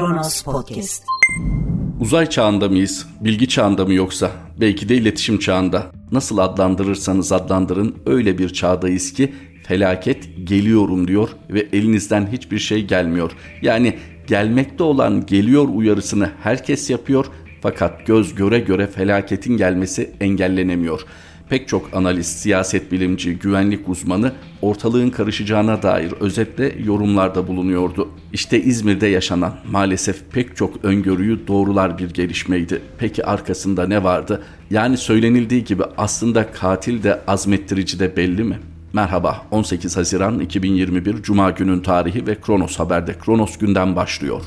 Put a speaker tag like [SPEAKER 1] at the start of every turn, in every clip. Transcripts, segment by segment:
[SPEAKER 1] Kronos Podcast.
[SPEAKER 2] Uzay çağında mıyız? Bilgi çağında mı yoksa? Belki de iletişim çağında. Nasıl adlandırırsanız adlandırın öyle bir çağdayız ki felaket geliyorum diyor ve elinizden hiçbir şey gelmiyor. Yani gelmekte olan geliyor uyarısını herkes yapıyor fakat göz göre göre felaketin gelmesi engellenemiyor. Pek çok analist, siyaset bilimci, güvenlik uzmanı ortalığın karışacağına dair özetle yorumlarda bulunuyordu. İşte İzmir'de yaşanan maalesef pek çok öngörüyü doğrular bir gelişmeydi. Peki arkasında ne vardı? Yani söylenildiği gibi aslında katil de azmettirici de belli mi? Merhaba, 18 Haziran 2021 Cuma günün tarihi ve Kronos Haber'de Kronos günden başlıyor.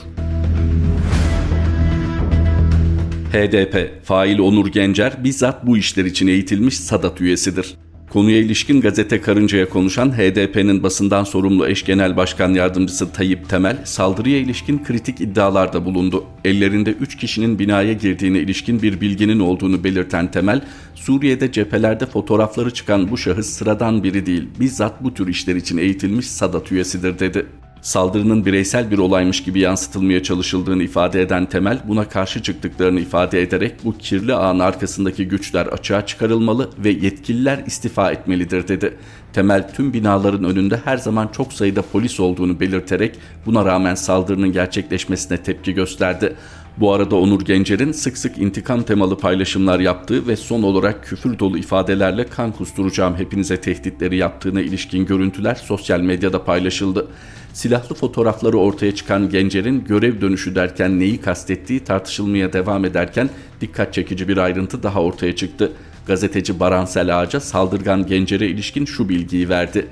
[SPEAKER 2] HDP, fail Onur Gencer bizzat bu işler için eğitilmiş Sadat üyesidir. Konuya ilişkin Gazete Karınca'ya konuşan HDP'nin basından sorumlu eş genel başkan yardımcısı Tayyip Temel, saldırıya ilişkin kritik iddialarda bulundu. Ellerinde 3 kişinin binaya girdiğine ilişkin bir bilginin olduğunu belirten Temel, Suriye'de cephelerde fotoğrafları çıkan bu şahıs sıradan biri değil, bizzat bu tür işler için eğitilmiş Sadat üyesidir dedi. Saldırının bireysel bir olaymış gibi yansıtılmaya çalışıldığını ifade eden Temel, buna karşı çıktıklarını ifade ederek bu kirli ağın arkasındaki güçler açığa çıkarılmalı ve yetkililer istifa etmelidir dedi. Temel tüm binaların önünde her zaman çok sayıda polis olduğunu belirterek buna rağmen saldırının gerçekleşmesine tepki gösterdi. Bu arada Onur Gencer'in sık sık intikam temalı paylaşımlar yaptığı ve son olarak küfür dolu ifadelerle kan kusturacağım hepinize tehditleri yaptığına ilişkin görüntüler sosyal medyada paylaşıldı. Silahlı fotoğrafları ortaya çıkan Gencer'in görev dönüşü derken neyi kastettiği tartışılmaya devam ederken dikkat çekici bir ayrıntı daha ortaya çıktı. Gazeteci Baransel Ağaca saldırgan Gencer'e ilişkin şu bilgiyi verdi.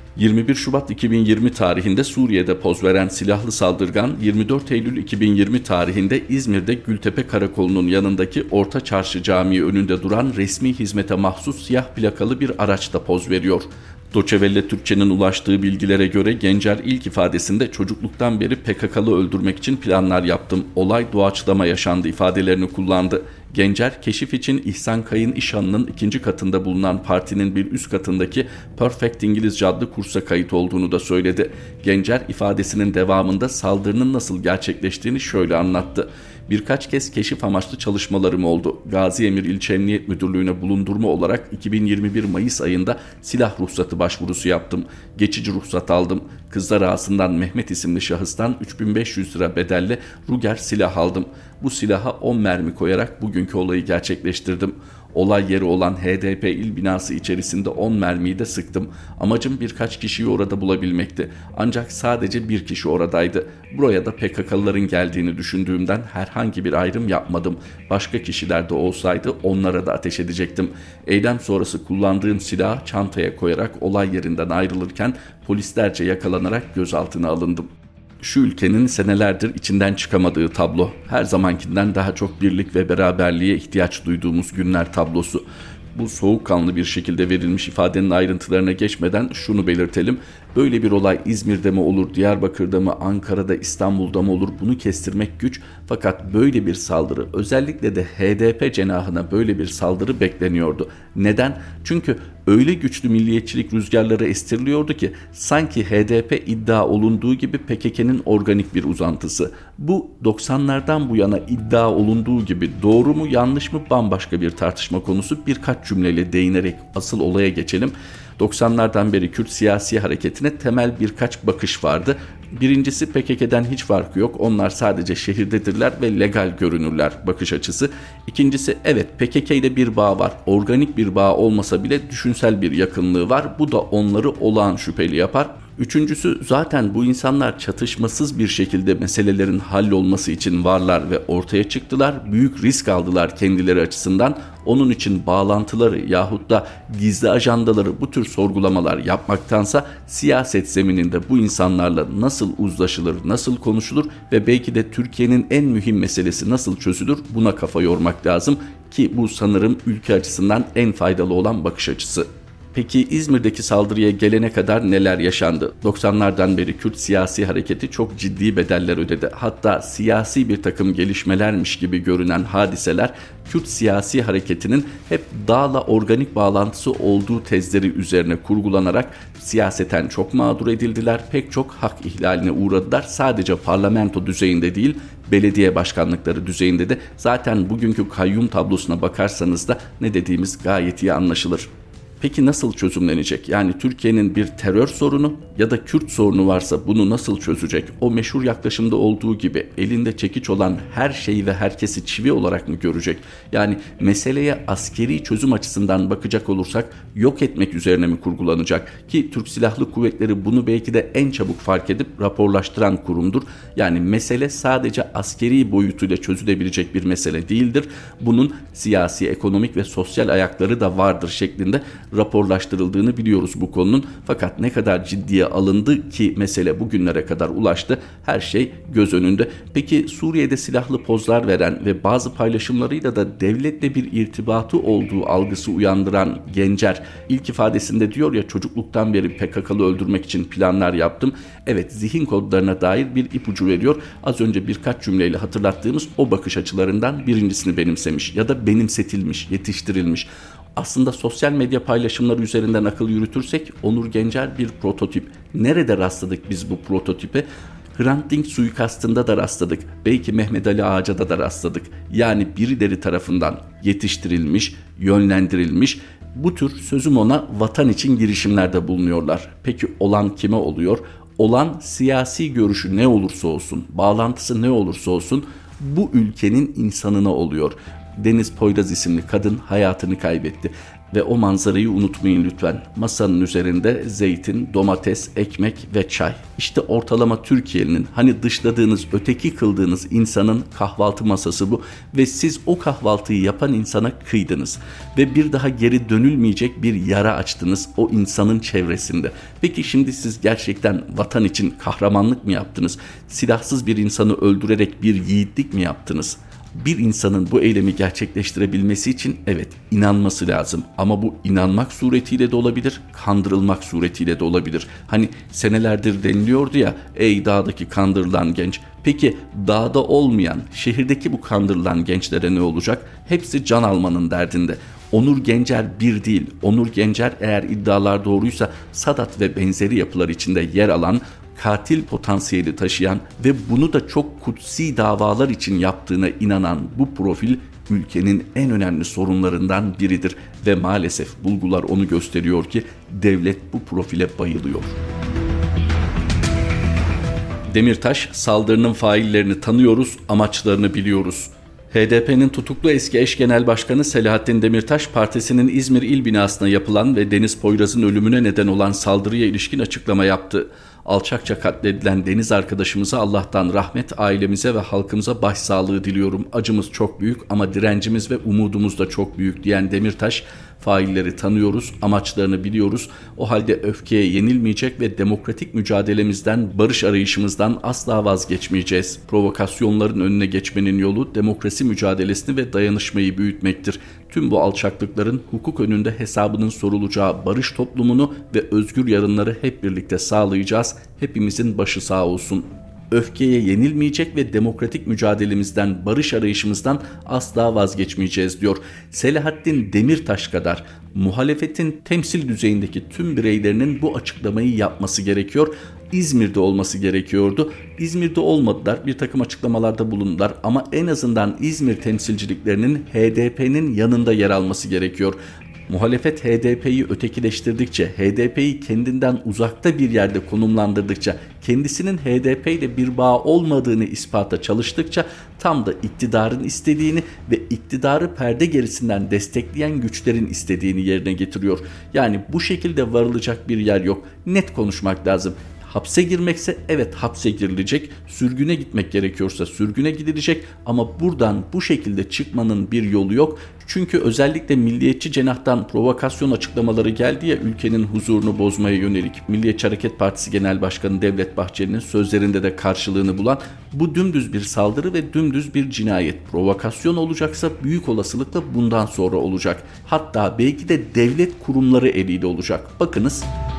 [SPEAKER 2] 21 Şubat 2020 tarihinde Suriye'de poz veren silahlı saldırgan 24 Eylül 2020 tarihinde İzmir'de Gültepe Karakolu'nun yanındaki Orta Çarşı Camii önünde duran resmi hizmete mahsus siyah plakalı bir araçta poz veriyor. Deutsche Welle Türkçe'nin ulaştığı bilgilere göre Gencer ilk ifadesinde çocukluktan beri PKK'lı öldürmek için planlar yaptım, olay doğaçlama yaşandı ifadelerini kullandı. Gencer, keşif için İhsan Kayın İşhan'ın 2. katında bulunan partinin bir üst katındaki Perfect İngilizce adlı kursa kayıt olduğunu da söyledi. Gencer ifadesinin devamında saldırının nasıl gerçekleştiğini şöyle anlattı. Birkaç kez keşif amaçlı çalışmalarım oldu. Gazi Emir İlçe Emniyet Müdürlüğü'ne bulundurma olarak 2021 Mayıs ayında silah ruhsatı başvurusu yaptım. Geçici ruhsat aldım. Kızlar Ağası'ndan Mehmet isimli şahıstan 3500 lira bedelle Ruger silah aldım. Bu silaha 10 mermi koyarak bugünkü olayı gerçekleştirdim. Olay yeri olan HDP il binası içerisinde 10 mermiyi de sıktım. Amacım birkaç kişiyi orada bulabilmekti. Ancak sadece bir kişi oradaydı. Buraya da PKK'lıların geldiğini düşündüğümden herhangi bir ayrım yapmadım. Başka kişiler de olsaydı onlara da ateş edecektim. Eylem sonrası kullandığım silahı çantaya koyarak olay yerinden ayrılırken polislerce yakalanarak gözaltına alındım. Şu ülkenin senelerdir içinden çıkamadığı tablo, her zamankinden daha çok birlik ve beraberliğe ihtiyaç duyduğumuz günler tablosu. Bu soğukkanlı bir şekilde verilmiş ifadenin ayrıntılarına geçmeden şunu belirtelim. Böyle bir olay İzmir'de mi olur, Diyarbakır'da mı, Ankara'da, İstanbul'da mı olur bunu kestirmek güç. Fakat böyle bir saldırı, özellikle de HDP cenahına böyle bir saldırı bekleniyordu. Neden? Çünkü öyle güçlü milliyetçilik rüzgarları estiriliyordu ki sanki HDP iddia olunduğu gibi PKK'nın organik bir uzantısı. Bu 90'lardan bu yana iddia olunduğu gibi doğru mu yanlış mı bambaşka bir tartışma konusu. Birkaç cümleyle değinerek asıl olaya geçelim. 90'lardan beri Kürt siyasi hareketine temel birkaç bakış vardı. Birincisi PKK'den hiç farkı yok. Onlar sadece şehirdedirler ve legal görünürler bakış açısı. İkincisi evet PKK ile bir bağ var. Organik bir bağ olmasa bile düşünsel bir yakınlığı var. Bu da onları olağan şüpheli yapar. Üçüncüsü zaten bu insanlar çatışmasız bir şekilde meselelerin hallolması için varlar ve ortaya çıktılar. Büyük risk aldılar kendileri açısından. Onun için bağlantıları yahut da gizli ajandaları bu tür sorgulamalar yapmaktansa siyaset zemininde bu insanlarla nasıl uzlaşılır, nasıl konuşulur ve belki de Türkiye'nin en mühim meselesi nasıl çözülür buna kafa yormak lazım ki bu sanırım ülke açısından en faydalı olan bakış açısı. Peki İzmir'deki saldırıya gelene kadar neler yaşandı? 90'lardan beri Kürt siyasi hareketi çok ciddi bedeller ödedi. Hatta siyasi bir takım gelişmelermiş gibi görünen hadiseler Kürt siyasi hareketinin hep dağla organik bağlantısı olduğu tezleri üzerine kurgulanarak siyaseten çok mağdur edildiler. Pek çok hak ihlaline uğradılar. Sadece parlamento düzeyinde değil, belediye başkanlıkları düzeyinde de. Zaten bugünkü kayyum tablosuna bakarsanız da ne dediğimiz gayet iyi anlaşılır. Peki nasıl çözümlenecek? Yani Türkiye'nin bir terör sorunu ya da Kürt sorunu varsa bunu nasıl çözecek? O meşhur yaklaşımda olduğu gibi elinde çekiç olan her şeyi ve herkesi çivi olarak mı görecek? Yani meseleye askeri çözüm açısından bakacak olursak yok etmek üzerine mi kurgulanacak? Ki Türk Silahlı Kuvvetleri bunu belki de en çabuk fark edip raporlaştıran kurumdur. Yani mesele sadece askeri boyutuyla çözülebilecek bir mesele değildir. Bunun siyasi, ekonomik ve sosyal ayakları da vardır şeklinde raporlaştırıldığını biliyoruz bu konunun. Fakat ne kadar ciddiye alındı ki mesele bugünlere kadar ulaştı, her şey göz önünde. Peki Suriye'de silahlı pozlar veren ve bazı paylaşımlarıyla da devletle bir irtibatı olduğu algısı uyandıran Gencer ilk ifadesinde diyor ya, çocukluktan beri PKK'lı öldürmek için planlar yaptım. Evet, zihin kodlarına dair bir ipucu veriyor. Az önce birkaç cümleyle hatırlattığımız o bakış açılarından birincisini benimsemiş ya da benimsetilmiş, yetiştirilmiş. Aslında sosyal medya paylaşımları üzerinden akıl yürütürsek Onur Gencer bir prototip. Nerede rastladık biz bu prototipe? Hrant Dink suikastında da rastladık. Belki Mehmet Ali Ağaca'da da rastladık. Yani birileri tarafından yetiştirilmiş, yönlendirilmiş, bu tür sözüm ona vatan için girişimlerde bulunuyorlar. Peki olan kime oluyor? Olan siyasi görüşü ne olursa olsun, bağlantısı ne olursa olsun bu ülkenin insanına oluyor. Deniz Poyraz isimli kadın hayatını kaybetti. Ve o manzarayı unutmayın lütfen. Masanın üzerinde zeytin, domates, ekmek ve çay. İşte ortalama Türkiye'nin, hani dışladığınız, öteki kıldığınız insanın kahvaltı masası bu. Ve siz o kahvaltıyı yapan insana kıydınız. Ve bir daha geri dönülmeyecek bir yara açtınız o insanın çevresinde. Peki şimdi siz gerçekten vatan için kahramanlık mı yaptınız? Silahsız bir insanı öldürerek bir yiğitlik mi yaptınız? Bir insanın bu eylemi gerçekleştirebilmesi için evet inanması lazım. Ama bu inanmak suretiyle de olabilir, kandırılmak suretiyle de olabilir. Hani senelerdir deniliyordu ya, ey dağdaki kandırılan genç. Peki dağda olmayan, şehirdeki bu kandırılan gençlere ne olacak? Hepsi can almanın derdinde. Onur Gencer bir değil. Onur Gencer eğer iddialar doğruysa Sadat ve benzeri yapılar içinde yer alan, katil potansiyeli taşıyan ve bunu da çok kutsi davalar için yaptığına inanan bu profil ülkenin en önemli sorunlarından biridir ve maalesef bulgular onu gösteriyor ki devlet bu profile bayılıyor. Demirtaş, saldırının faillerini tanıyoruz, amaçlarını biliyoruz. HDP'nin tutuklu eski eş genel başkanı Selahattin Demirtaş, partisinin İzmir İl Binası'na yapılan ve Deniz Poyraz'ın ölümüne neden olan saldırıya ilişkin açıklama yaptı. Alçakça katledilen Deniz arkadaşımıza Allah'tan rahmet, ailemize ve halkımıza başsağlığı diliyorum. Acımız çok büyük ama direncimiz ve umudumuz da çok büyük diyen Demirtaş, failleri tanıyoruz, amaçlarını biliyoruz. O halde öfkeye yenilmeyecek ve demokratik mücadelemizden, barış arayışımızdan asla vazgeçmeyeceğiz. Provokasyonların önüne geçmenin yolu demokrasi mücadelesini ve dayanışmayı büyütmektir. Tüm bu alçaklıkların hukuk önünde hesabının sorulacağı barış toplumunu ve özgür yarınları hep birlikte sağlayacağız. Hepimizin başı sağ olsun. Öfkeye yenilmeyecek ve demokratik mücadelemizden, barış arayışımızdan asla vazgeçmeyeceğiz diyor. Selahattin Demirtaş kadar muhalefetin temsil düzeyindeki tüm bireylerinin bu açıklamayı yapması gerekiyor. İzmir'de olması gerekiyordu. İzmir'de olmadılar, bir takım açıklamalarda bulundular ama en azından İzmir temsilciliklerinin HDP'nin yanında yer alması gerekiyor. Muhalefet HDP'yi ötekileştirdikçe, HDP'yi kendinden uzakta bir yerde konumlandırdıkça, kendisinin HDP ile bir bağ olmadığını ispata çalıştıkça tam da iktidarın istediğini ve iktidarı perde gerisinden destekleyen güçlerin istediğini yerine getiriyor. Yani bu şekilde varılacak bir yer yok. Net konuşmak lazım. Hapse girmekse evet hapse girilecek, sürgüne gitmek gerekiyorsa sürgüne gidilecek ama buradan bu şekilde çıkmanın bir yolu yok. Çünkü özellikle milliyetçi cenahtan provokasyon açıklamaları geldi ya ülkenin huzurunu bozmaya yönelik. Milliyetçi Hareket Partisi Genel Başkanı Devlet Bahçeli'nin sözlerinde de karşılığını bulan bu dümdüz bir saldırı ve dümdüz bir cinayet. Provokasyon olacaksa büyük olasılıkla bundan sonra olacak. Hatta belki de devlet kurumları eliyle olacak. Bakınız.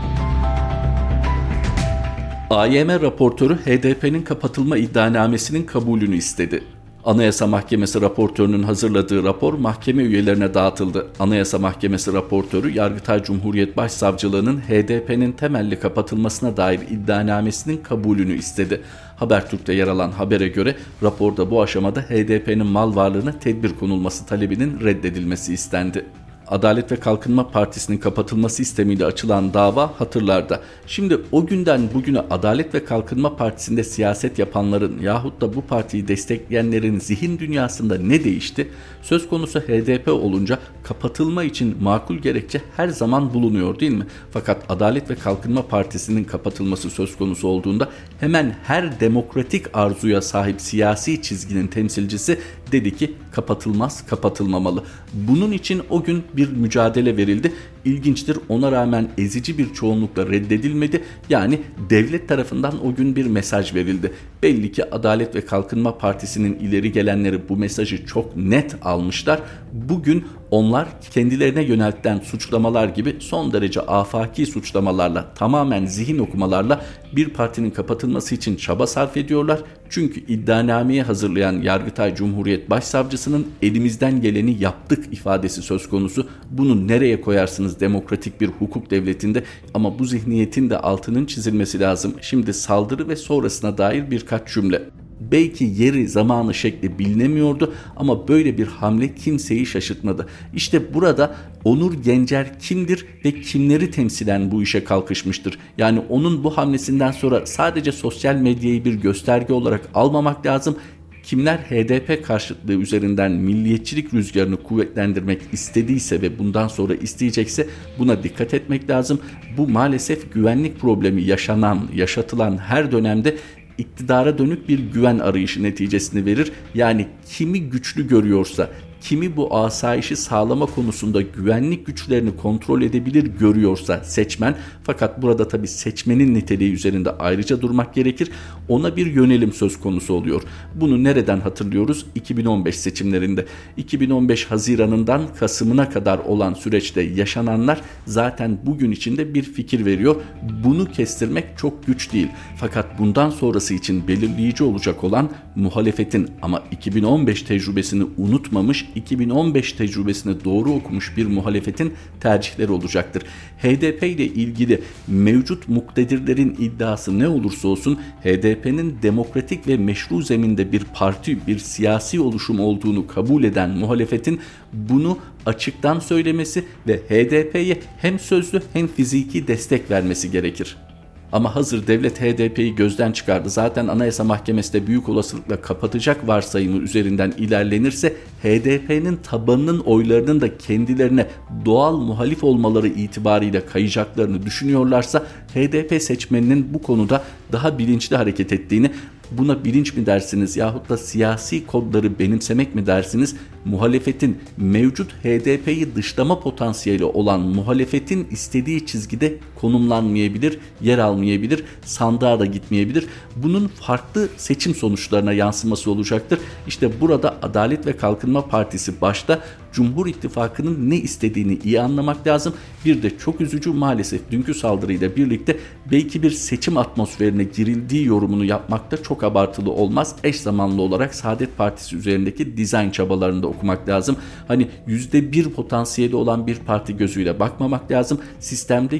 [SPEAKER 2] AYM raportörü HDP'nin kapatılma iddianamesinin kabulünü istedi. Anayasa Mahkemesi raportörünün hazırladığı rapor mahkeme üyelerine dağıtıldı. Anayasa Mahkemesi raportörü Yargıtay Cumhuriyet Başsavcılığı'nın HDP'nin temelli kapatılmasına dair iddianamesinin kabulünü istedi. Habertürk'te yer alan habere göre raporda bu aşamada HDP'nin mal varlığına tedbir konulması talebinin reddedilmesi istendi. Adalet ve Kalkınma Partisi'nin kapatılması istemiyle açılan dava hatırlarda. Şimdi o günden bugüne Adalet ve Kalkınma Partisi'nde siyaset yapanların yahut da bu partiyi destekleyenlerin zihin dünyasında ne değişti? Söz konusu HDP olunca kapatılma için makul gerekçe her zaman bulunuyor değil mi? Fakat Adalet ve Kalkınma Partisi'nin kapatılması söz konusu olduğunda hemen her demokratik arzuya sahip siyasi çizginin temsilcisi dedi ki kapatılmaz, kapatılmamalı. Bunun için o gün bir mücadele verildi. İlginçtir, ona rağmen ezici bir çoğunlukla reddedilmedi. Yani devlet tarafından o gün bir mesaj verildi. Belli ki Adalet ve Kalkınma Partisi'nin ileri gelenleri bu mesajı çok net almışlar. Bugün onlar kendilerine yöneltilen suçlamalar gibi son derece afaki suçlamalarla, tamamen zihin okumalarla bir partinin kapatılması için çaba sarf ediyorlar. Çünkü iddianameyi hazırlayan Yargıtay Cumhuriyet Başsavcısının elimizden geleni yaptık ifadesi söz konusu. Bunu nereye koyarsınız demokratik bir hukuk devletinde? Ama bu zihniyetin de altının çizilmesi lazım. Şimdi saldırı ve sonrasına dair birkaç cümle. Belki yeri, zamanı, şekli bilinemiyordu ama böyle bir hamle kimseyi şaşırtmadı. İşte burada Onur Gencer kimdir ve kimleri temsilen bu işe kalkışmıştır? Yani onun bu hamlesinden sonra sadece sosyal medyayı bir gösterge olarak almamak lazım. Kimler HDP karşıtlığı üzerinden milliyetçilik rüzgarını kuvvetlendirmek istediyse ve bundan sonra isteyecekse buna dikkat etmek lazım. Bu maalesef güvenlik problemi yaşatılan her dönemde iktidara dönük bir güven arayışı neticesini verir. Yani kimi güçlü görüyorsa, kimi bu asayişi sağlama konusunda güvenlik güçlerini kontrol edebilir görüyorsa seçmen, fakat burada tabii seçmenin niteliği üzerinde ayrıca durmak gerekir. Ona bir yönelim söz konusu oluyor. Bunu nereden hatırlıyoruz? 2015 seçimlerinde. 2015 Haziran'ından Kasım'ına kadar olan süreçte yaşananlar zaten bugün içinde bir fikir veriyor. Bunu kestirmek çok güç değil. Fakat bundan sonrası için belirleyici olacak olan muhalefetin, ama 2015 tecrübesini unutmamış, 2015 tecrübesini doğru okumuş bir muhalefetin tercihleri olacaktır. HDP ile ilgili mevcut muktedirlerin iddiası ne olursa olsun HDP'nin demokratik ve meşru zeminde bir parti, bir siyasi oluşum olduğunu kabul eden muhalefetin bunu açıktan söylemesi ve HDP'ye hem sözlü hem fiziki destek vermesi gerekir. Ama hazır devlet HDP'yi gözden çıkardı. Zaten Anayasa Mahkemesi de büyük olasılıkla kapatacak varsayımı üzerinden ilerlenirse HDP'nin tabanının oylarının da kendilerine doğal muhalif olmaları itibariyle kayacaklarını düşünüyorlarsa HDP seçmeninin bu konuda daha bilinçli hareket ettiğini, buna bilinç mi dersiniz yahut da siyasi kodları benimsemek mi dersiniz? Muhalefetin mevcut HDP'yi dışlama potansiyeli olan muhalefetin istediği çizgide konumlanmayabilir, yer almayabilir, sandığa da gitmeyebilir. Bunun farklı seçim sonuçlarına yansıması olacaktır. İşte burada Adalet ve Kalkınma Partisi başta Cumhur İttifakı'nın ne istediğini iyi anlamak lazım. Bir de çok üzücü, maalesef dünkü saldırıyla birlikte belki bir seçim atmosferine girildiği yorumunu yapmakta çok abartılı olmaz. Eş zamanlı olarak Saadet Partisi üzerindeki dizayn çabalarını da okumak lazım. Hani %1 potansiyeli olan bir parti gözüyle bakmamak lazım. Sistemde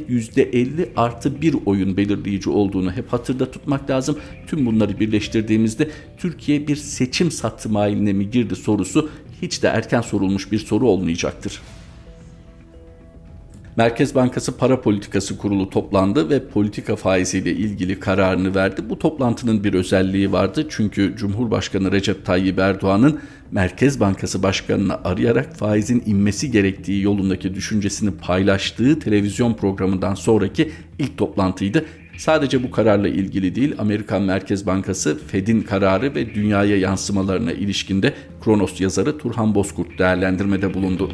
[SPEAKER 2] %50+1 oyun belirleyici olduğunu hep hatırda tutmak lazım. Tüm bunları birleştirdiğimizde Türkiye bir seçim sattı mailline mi girdi sorusu hiç de erken sorulmuş bir soru olmayacaktır. Merkez Bankası Para Politikası Kurulu toplandı ve politika faiziyle ilgili kararını verdi. Bu toplantının bir özelliği vardı. Çünkü Cumhurbaşkanı Recep Tayyip Erdoğan'ın Merkez Bankası Başkanı'nı arayarak faizin inmesi gerektiği yolundaki düşüncesini paylaştığı televizyon programından sonraki ilk toplantıydı. Sadece bu kararla ilgili değil, Amerikan Merkez Bankası Fed'in kararı ve dünyaya yansımalarına ilişkinde Kronos yazarı Turhan Bozkurt değerlendirmede bulundu.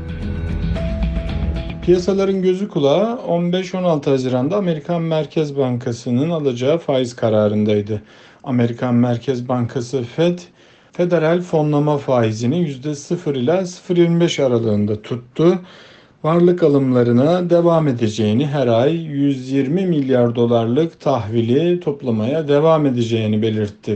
[SPEAKER 1] Piyasaların gözü kulağı 15-16 Haziran'da Amerikan Merkez Bankası'nın alacağı faiz kararındaydı. Amerikan Merkez Bankası Fed, federal fonlama faizini %0 ile 0,25 aralığında tuttu. Varlık alımlarına devam edeceğini, her ay 120 milyar dolarlık tahvili toplamaya devam edeceğini belirtti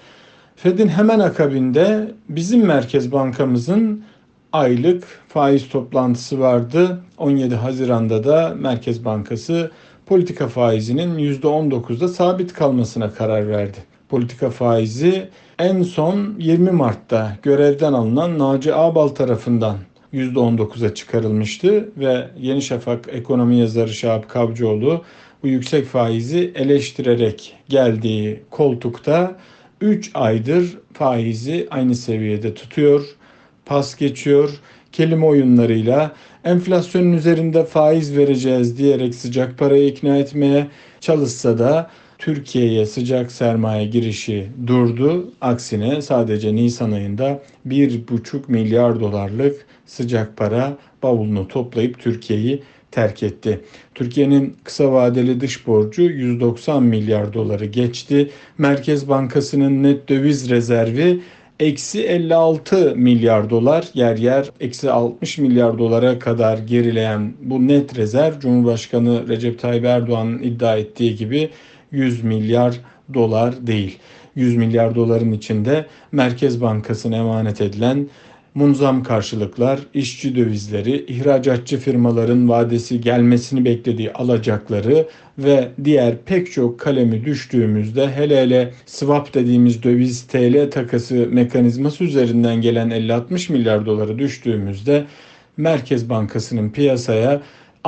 [SPEAKER 1] Fed'in hemen akabinde bizim Merkez Bankamızın aylık faiz toplantısı vardı. 17 Haziran'da da Merkez Bankası politika faizinin %19'da sabit kalmasına karar verdi. Politika faizi en son 20 Mart'ta görevden alınan Naci Ağbal tarafından %19'a çıkarılmıştı ve Yeni Şafak ekonomi yazarı Şahap Kavcıoğlu bu yüksek faizi eleştirerek geldiği koltukta 3 aydır faizi aynı seviyede tutuyor, pas geçiyor, kelime oyunlarıyla enflasyonun üzerinde faiz vereceğiz diyerek sıcak parayı ikna etmeye çalışsa da Türkiye'ye sıcak sermaye girişi durdu. Aksine sadece Nisan ayında 1,5 milyar dolarlık sıcak para bavulunu toplayıp Türkiye'yi terk etti. Türkiye'nin kısa vadeli dış borcu 190 milyar doları geçti. Merkez Bankası'nın net döviz rezervi eksi 56 milyar dolar, yer yer eksi 60 milyar dolara kadar gerileyen bu net rezerv, Cumhurbaşkanı Recep Tayyip Erdoğan'ın iddia ettiği gibi 100 milyar dolar değil. 100 milyar doların içinde Merkez Bankası'na emanet edilen munzam karşılıklar, işçi dövizleri, ihracatçı firmaların vadesi gelmesini beklediği alacakları ve diğer pek çok kalemi düştüğümüzde, hele swap dediğimiz döviz TL takası mekanizması üzerinden gelen 50-60 milyar dolara düştüğümüzde Merkez Bankası'nın piyasaya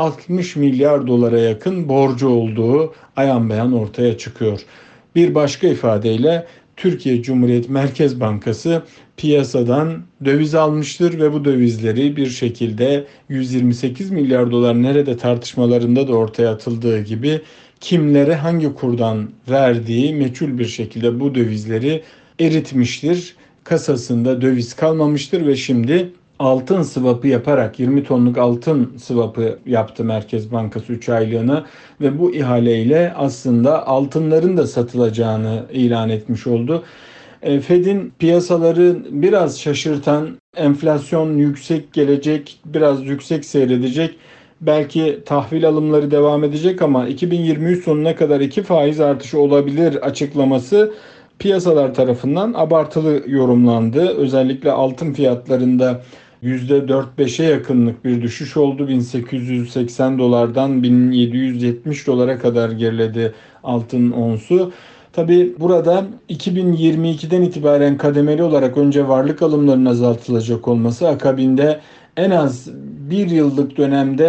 [SPEAKER 1] 60 milyar dolara yakın borcu olduğu ayan beyan ortaya çıkıyor. Bir başka ifadeyle Türkiye Cumhuriyet Merkez Bankası piyasadan döviz almıştır ve bu dövizleri bir şekilde 128 milyar dolar nerede tartışmalarında da ortaya atıldığı gibi kimlere hangi kurdan verdiği meçhul bir şekilde bu dövizleri eritmiştir. Kasasında döviz kalmamıştır ve şimdi altın swap'ı yaparak 20 tonluk altın swap'ı yaptı Merkez Bankası 3 aylığına ve bu ihaleyle aslında altınların da satılacağını ilan etmiş oldu. Fed'in piyasaları biraz şaşırtan, enflasyon yüksek gelecek, biraz yüksek seyredecek. Belki tahvil alımları devam edecek ama 2023 sonuna kadar 2 faiz artışı olabilir açıklaması piyasalar tarafından abartılı yorumlandı. Özellikle altın fiyatlarında %4-5'e yakınlık bir düşüş oldu. 1880 dolardan 1770 dolara kadar geriledi altın onsu. Tabi burada 2022'den itibaren kademeli olarak önce varlık alımlarının azaltılacak olması, akabinde en az bir yıllık dönemde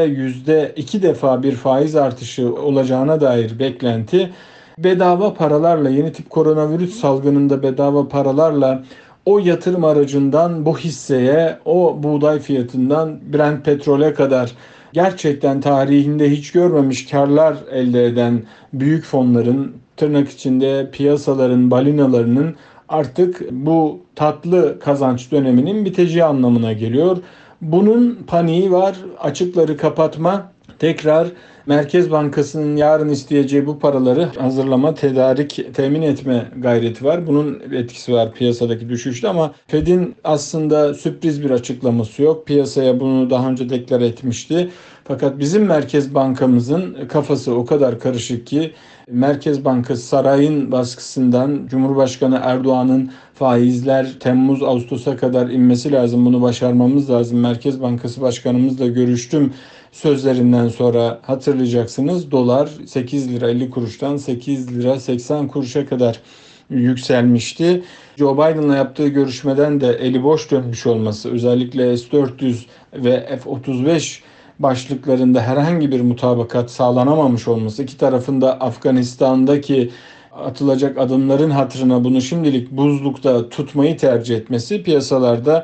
[SPEAKER 1] %2 defa bir faiz artışı olacağına dair beklenti, bedava paralarla, yeni tip koronavirüs salgınında bedava paralarla o yatırım aracından bu hisseye, o buğday fiyatından Brent petrole kadar gerçekten tarihinde hiç görmemiş karlar elde eden büyük fonların, tırnak içinde piyasaların balinalarının artık bu tatlı kazanç döneminin biteceği anlamına geliyor. Bunun paniği var. Açıkları kapatma, tekrar Merkez Bankası'nın yarın isteyeceği bu paraları hazırlama, tedarik, temin etme gayreti var. Bunun etkisi var piyasadaki düşüşte ama Fed'in aslında sürpriz bir açıklaması yok. Piyasaya bunu daha önce deklar etmişti. Fakat bizim Merkez Bankamızın kafası o kadar karışık ki Merkez Bankası sarayın baskısından Cumhurbaşkanı Erdoğan'ın faizler Temmuz-Ağustos'a kadar inmesi lazım, bunu başarmamız lazım, Merkez Bankası Başkanımızla görüştüm sözlerinden sonra hatırlayacaksınız, dolar 8 lira 50 kuruştan 8 lira 80 kuruşa kadar yükselmişti. Joe Biden'la yaptığı görüşmeden de eli boş dönmüş olması, özellikle S-400 ve F-35 başlıklarında herhangi bir mutabakat sağlanamamış olması, iki tarafında Afganistan'daki atılacak adımların hatırına bunu şimdilik buzlukta tutmayı tercih etmesi piyasalarda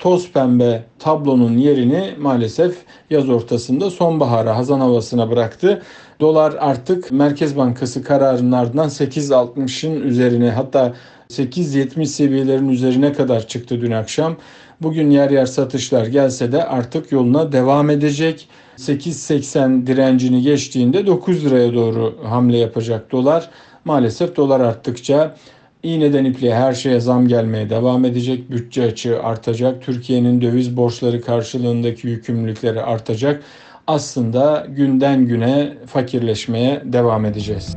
[SPEAKER 1] toz pembe tablonun yerini maalesef yaz ortasında sonbahara, hazan havasına bıraktı. Dolar artık Merkez Bankası kararının ardından 8.60'ın üzerine, hatta 8.70 seviyelerin üzerine kadar çıktı dün akşam. Bugün yer yer satışlar gelse de artık yoluna devam edecek. 8.80 direncini geçtiğinde 9 liraya doğru hamle yapacak dolar. Maalesef dolar arttıkça iğneden ipliğe her şeye zam gelmeye devam edecek. Bütçe açığı artacak. Türkiye'nin döviz borçları karşılığındaki yükümlülükleri artacak. Aslında günden güne fakirleşmeye devam edeceğiz.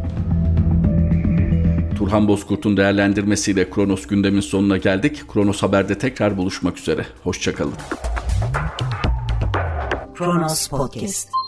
[SPEAKER 2] Turhan Bozkurt'un değerlendirmesiyle Kronos gündemin sonuna geldik. Kronos Haber'de tekrar buluşmak üzere. Hoşça kalın.
[SPEAKER 3] Kronos Podcast.